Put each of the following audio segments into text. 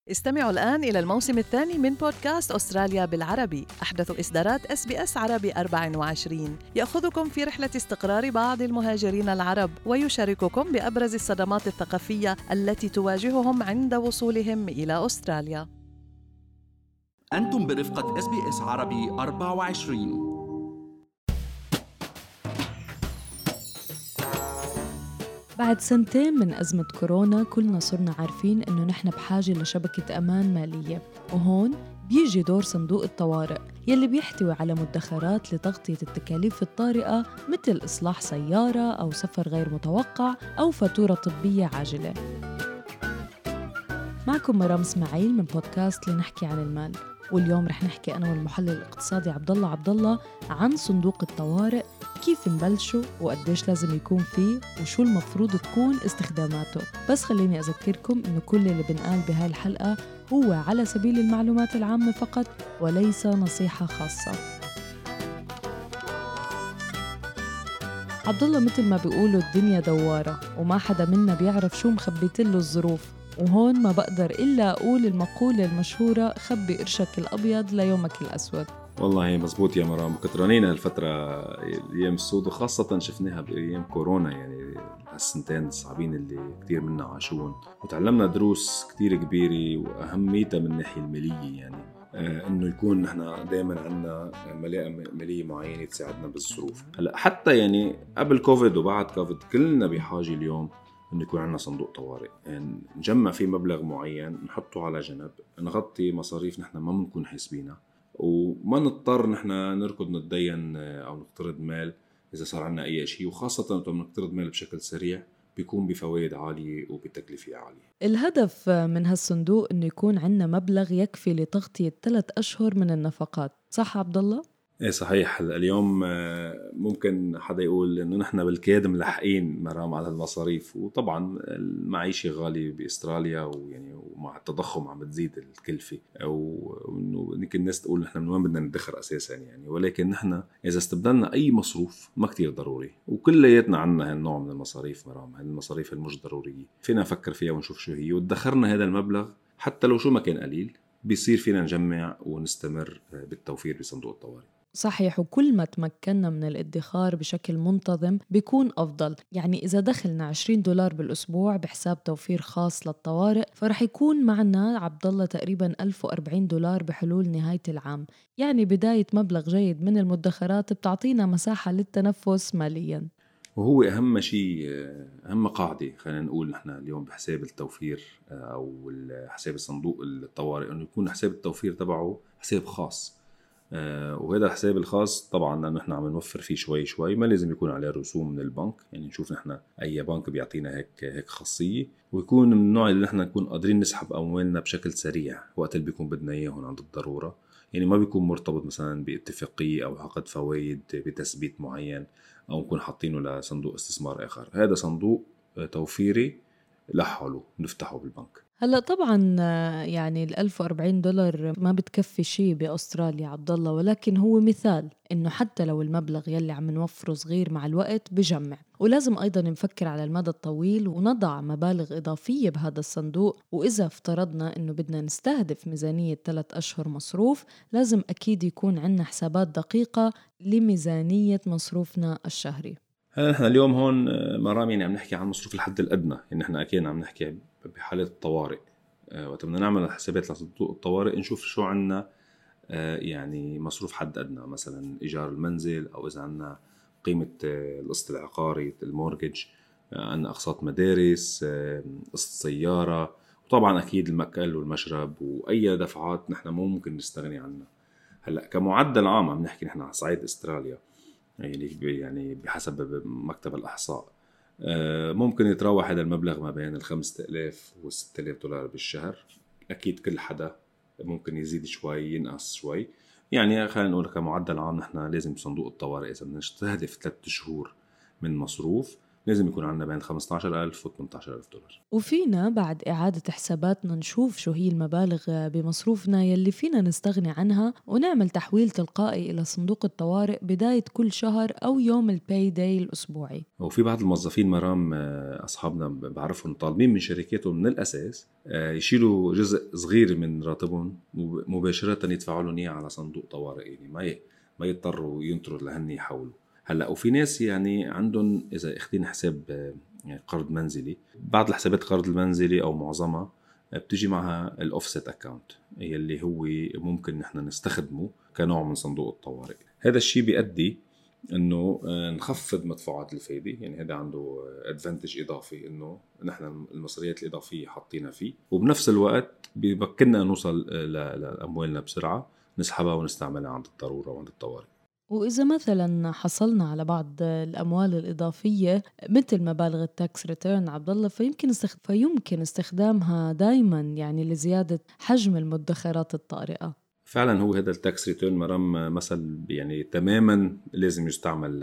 استمعوا الآن إلى الموسم الثاني من بودكاست أستراليا بالعربي، أحدث إصدارات SBS عربي 24، يأخذكم في رحلة استقرار بعض المهاجرين العرب ويشارككم بأبرز الصدمات الثقافية التي تواجههم عند وصولهم إلى أستراليا. أنتم برفقة SBS عربي 24. بعد سنتين من أزمة كورونا كلنا صرنا عارفين إنه نحن بحاجة لشبكة أمان مالية، وهون بيجي دور صندوق الطوارئ يلي بيحتوي على مدخرات لتغطية التكاليف الطارئة مثل إصلاح سيارة أو سفر غير متوقع أو فاتورة طبية عاجلة. معكم مرام اسماعيل من بودكاست لنحكي عن المال، واليوم رح نحكي أنا والمحلل الاقتصادي عبد الله عن صندوق الطوارئ، كيف نبلشه وقديش لازم يكون فيه وشو المفروض تكون استخداماته. بس خليني أذكركم إنه كل اللي بنقال بهاي الحلقة هو على سبيل المعلومات العامة فقط وليس نصيحة خاصة. عبد الله، مثل ما بيقولوا الدنيا دوارة وما حدا منا بيعرف شو مخبيتله الظروف، وهون ما بقدر إلا أقول المقولة المشهورة خبي قرشك الأبيض ليومك الأسود. والله مزبوط يا مرام، كترانينا الفترة أيام السود، وخاصة شفناها بأيام كورونا، يعني هالسنتين الصعبين اللي كتير منا عاشون، وتعلمنا دروس كتير كبيرة وأهميتها من الناحية المالية، يعني إنه يكون نحن دائما عنا ملاءة مالية معينة تساعدنا بالظروف. هلا حتى يعني قبل كوفيد وبعد كوفيد كلنا بحاجة اليوم إنه يكون عنا صندوق طوارئ، يعني نجمع فيه مبلغ معين نحطه على جنب، نغطي مصاريف نحن ما بنكون حاسبينها، وما نضطر نحن نركض نتدين أو نقترض مال إذا صار عنا أي شيء، وخاصة لما نقترض مال بشكل سريع بيكون بفوائد عالية وبتكلفة عالية. الهدف من هالصندوق إنه يكون عنا مبلغ يكفي لتغطية 3 أشهر من النفقات، صح عبد الله؟ ايه صحيح. اليوم ممكن حدا يقول انه نحن بالكاد ملحقين مرام على المصاريف، وطبعا المعيشة غالية باستراليا، ويعني ومع التضخم عم بتزيد الكلفة، او انه الناس تقول نحن من وين بدنا ندخر اساسا يعني، ولكن نحن اذا استبدلنا اي مصروف ما كتير ضروري، وكلياتنا عنا هالنوع من المصاريف مرام، هالمصاريف المش ضرورية فينا نفكر فيها ونشوف شو هي، وادخرنا هذا المبلغ حتى لو شو ما كان قليل بيصير فينا نجمع ونستمر بالتوفير بصندوق الطوارئ. صحيح، وكل ما تمكننا من الادخار بشكل منتظم بيكون أفضل. يعني إذا دخلنا $20 بالأسبوع بحساب توفير خاص للطوارئ فرح يكون معنا عبد الله تقريبا $1040 بحلول نهاية العام، يعني بداية مبلغ جيد من المدخرات بتعطينا مساحة للتنفس ماليا. وهو أهم شيء، أهم قاعدة خلينا نقول نحن اليوم بحساب التوفير أو حساب الصندوق الطوارئ، أنه يكون حساب التوفير تبعه حساب خاص. وهذا الحساب الخاص طبعا لأنه نحن عم نوفر فيه شوي شوي، ما لازم يكون عليه رسوم من البنك، يعني نشوف نحن أي بنك بيعطينا هيك خاصية، ويكون من النوع اللي نحن نكون قادرين نسحب أموالنا بشكل سريع وقت اللي بيكون بدنا إياهم عند الضرورة، يعني ما بيكون مرتبط مثلا باتفاقية أو عقد فوائد بتثبيت معين، أو نكون حاطينه لصندوق استثمار آخر. هذا صندوق توفيري لحاله نفتحه بالبنك. هلأ طبعاً يعني $1040 ما بتكفي شيء بأستراليا عبد الله، ولكن هو مثال إنه حتى لو المبلغ يلي عم نوفره صغير مع الوقت بجمع. ولازم أيضاً نفكر على المدى الطويل ونضع مبالغ إضافية بهذا الصندوق، وإذا افترضنا إنه بدنا نستهدف ميزانية 3 أشهر مصروف لازم أكيد يكون عنا حسابات دقيقة لميزانية مصروفنا الشهري. نحن اليوم هون مرام يعني عم نحكي عن مصروف الحد الأدنى، يعني نحن أكيد عم نحكي بحالة الطوارئ. وقت بدنا نعمل حسابات لصندوق الطوارئ نشوف شو عنا، يعني مصروف حد أدنى، مثلا إيجار المنزل، أو إذا عنا قيمة القسط العقاري المورجج، عنا أقساط مدارس، قسط سيارة، وطبعا أكيد المأكل والمشرب وأي دفعات نحن ممكن نستغني عنها. هلأ كمعدل عام عم نحكي نحن على صعيد استراليا، يعني بحسب مكتب الأحصاء ممكن يتراوح هذا المبلغ ما بين $5000 و$6000 بالشهر. أكيد كل حدا ممكن يزيد شوي ينقص شوي، يعني خلينا نقول كمعدل عام نحن لازم صندوق الطوارئ إذا بدنا نستهدف 3 شهور من مصروف لازم يكون عندنا بين 15,000 و 18,000 دولار. وفينا بعد إعادة حساباتنا نشوف شو هي المبالغ بمصروفنا يلي فينا نستغني عنها، ونعمل تحويل تلقائي إلى صندوق الطوارئ بداية كل شهر أو يوم الباي داي الأسبوعي. وفي بعض الموظفين مرام أصحابنا بعرفهم طالبين من شركاتهم من الأساس يشيلوا جزء صغير من راتبهم مباشرة يدفعوا لهم إياه على صندوق طوارئ، يعني ما يضطروا ينطروا لهن يحولوا. هلا وفي ناس يعني عندهم اذا اخذين حساب يعني قرض منزلي، بعض الحسابات القرض المنزلي او معظمها بتجي معها الاوفست اكاونت اللي هو ممكن نحن نستخدمه كنوع من صندوق الطوارئ. هذا الشيء بيؤدي انه نخفض مدفوعات الفائده، يعني هذا عنده ادفانتج اضافي انه نحن المصريات الاضافيه حاطينها فيه، وبنفس الوقت بيمكننا نوصل لاموالنا بسرعه نسحبها ونستعملها عند الضروره وعند الطوارئ. وإذا مثلا حصلنا على بعض الأموال الإضافية مثل مبالغ التاكس ريتيرن عبد الله، فيمكن استخدامها دايما يعني لزيادة حجم المدخرات الطارئة. فعلا هو هذا التاكس ريتيرن مرام مثل يعني تماما لازم يستعمل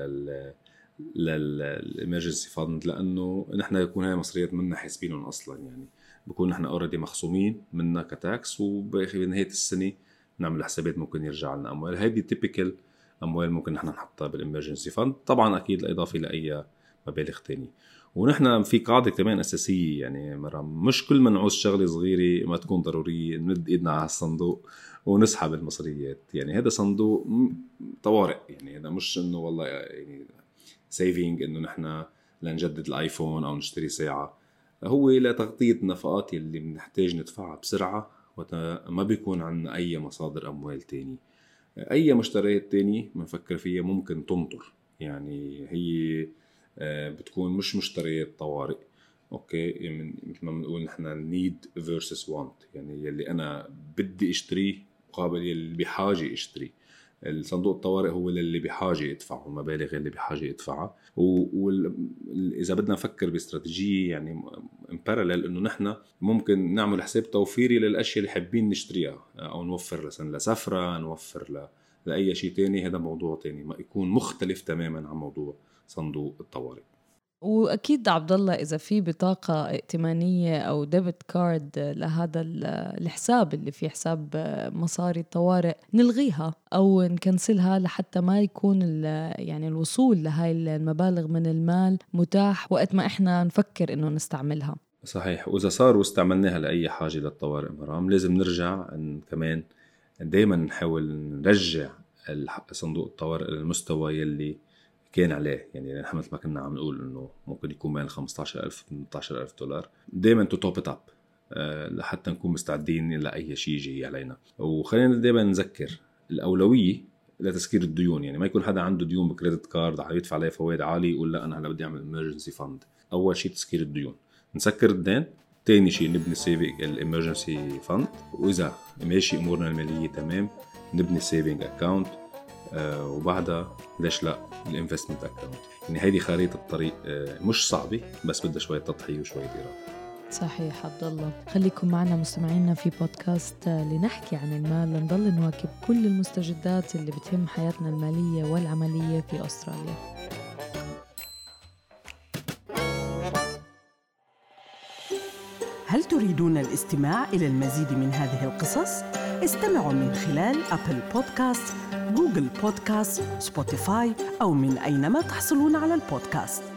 للإمرجنسي فاند، لأنه نحن يكون هاي مصريات منا حاسبينهم أصلا، يعني بكون نحن أوريدي مخصومين منا كتاكس، وبنهاية السنة نعمل حسابات ممكن يرجع لنا أموال. هذه تيبيكال أموال ممكن نحن نحطها بالإمرجنسي فاند، طبعا أكيد الإضافة لأي مبالغ تاني. ونحن في قاعدة كمان أساسية يعني مرام، مش كل ما نعوز شغلة صغيرة ما تكون ضرورية نمد إيدنا على الصندوق ونسحب المصريات. يعني هذا صندوق طوارئ، يعني هذا مش إنه والله يعني سيفينج إنه نحن لنجدد الآيفون أو نشتري ساعة، هو لتغطية نفقات اللي بنحتاج ندفعها بسرعة وما بيكون عنا أي مصادر أموال تاني. أي مشتريات تاني منفكر فيها ممكن تنطر، يعني هي بتكون مش مشتريات طوارئ. أوكي، مثل ما بنقول نحن need versus want، يعني يلي أنا بدي اشتريه مقابل يلي بحاجة اشتريه. الصندوق الطوارئ هو اللي بحاجة يدفعه، المبالغ اللي بحاجة يدفعها. وإذا بدنا نفكر باستراتيجية يعني امبارالل، إنه نحن ممكن نعمل حساب توفيري للأشياء اللي حابين نشتريها، أو نوفر لسفرة، نوفر لأي شيء تاني. هذا موضوع تاني ما يكون مختلف تماما عن موضوع صندوق الطوارئ. وأكيد عبد الله إذا في بطاقة ائتمانية أو ديبت كارد لهذا الحساب اللي فيه حساب مصاري الطوارئ نلغيها أو نكنسلها لحتى ما يكون يعني الوصول لهاي المبالغ من المال متاح وقت ما إحنا نفكر إنه نستعملها. صحيح. وإذا صار واستعملناها لأي حاجة للطوارئ مرام، لازم نرجع كمان دايما نحاول نرجع صندوق الطوارئ للمستوى يلي كان عليه. يعني نحن مثل ما كنا عم نقول انه ممكن يكون بين 15,000 و 18,000 دولار، دايما تو توب ات اب لحتى نكون مستعدين لاي شيء جاي علينا. وخلينا دايما نذكر الاولويه لتسكير الديون، يعني ما يكون حدا عنده ديون بكريدت كارد عم يدفع عليه فوائد عاليه يقول لا انا هلا بدي اعمل امرجنسي فاند. اول شيء تسكير الديون، نسكر الدين. تاني شيء نبني سيفنج الامرجنسي فاند، واذا ماشي امورنا الماليه تمام نبني سيفنج اكاونت، وبعدها ليش لا الانفستمنت اكاونت. يعني هيدي خريطة الطريق مش صعبة، بس بدها شوية تضحية وشوية إرادة. صحيح عبد الله. خليكم معنا مستمعينا في بودكاست لنحكي عن المال، لنضل نواكب كل المستجدات اللي بتهم حياتنا المالية والعملية في أستراليا. هل تريدون الاستماع إلى المزيد من هذه القصص؟ استمعوا من خلال أبل بودكاست، جوجل بودكاست، سبوتيفاي أو من أينما تحصلون على البودكاست.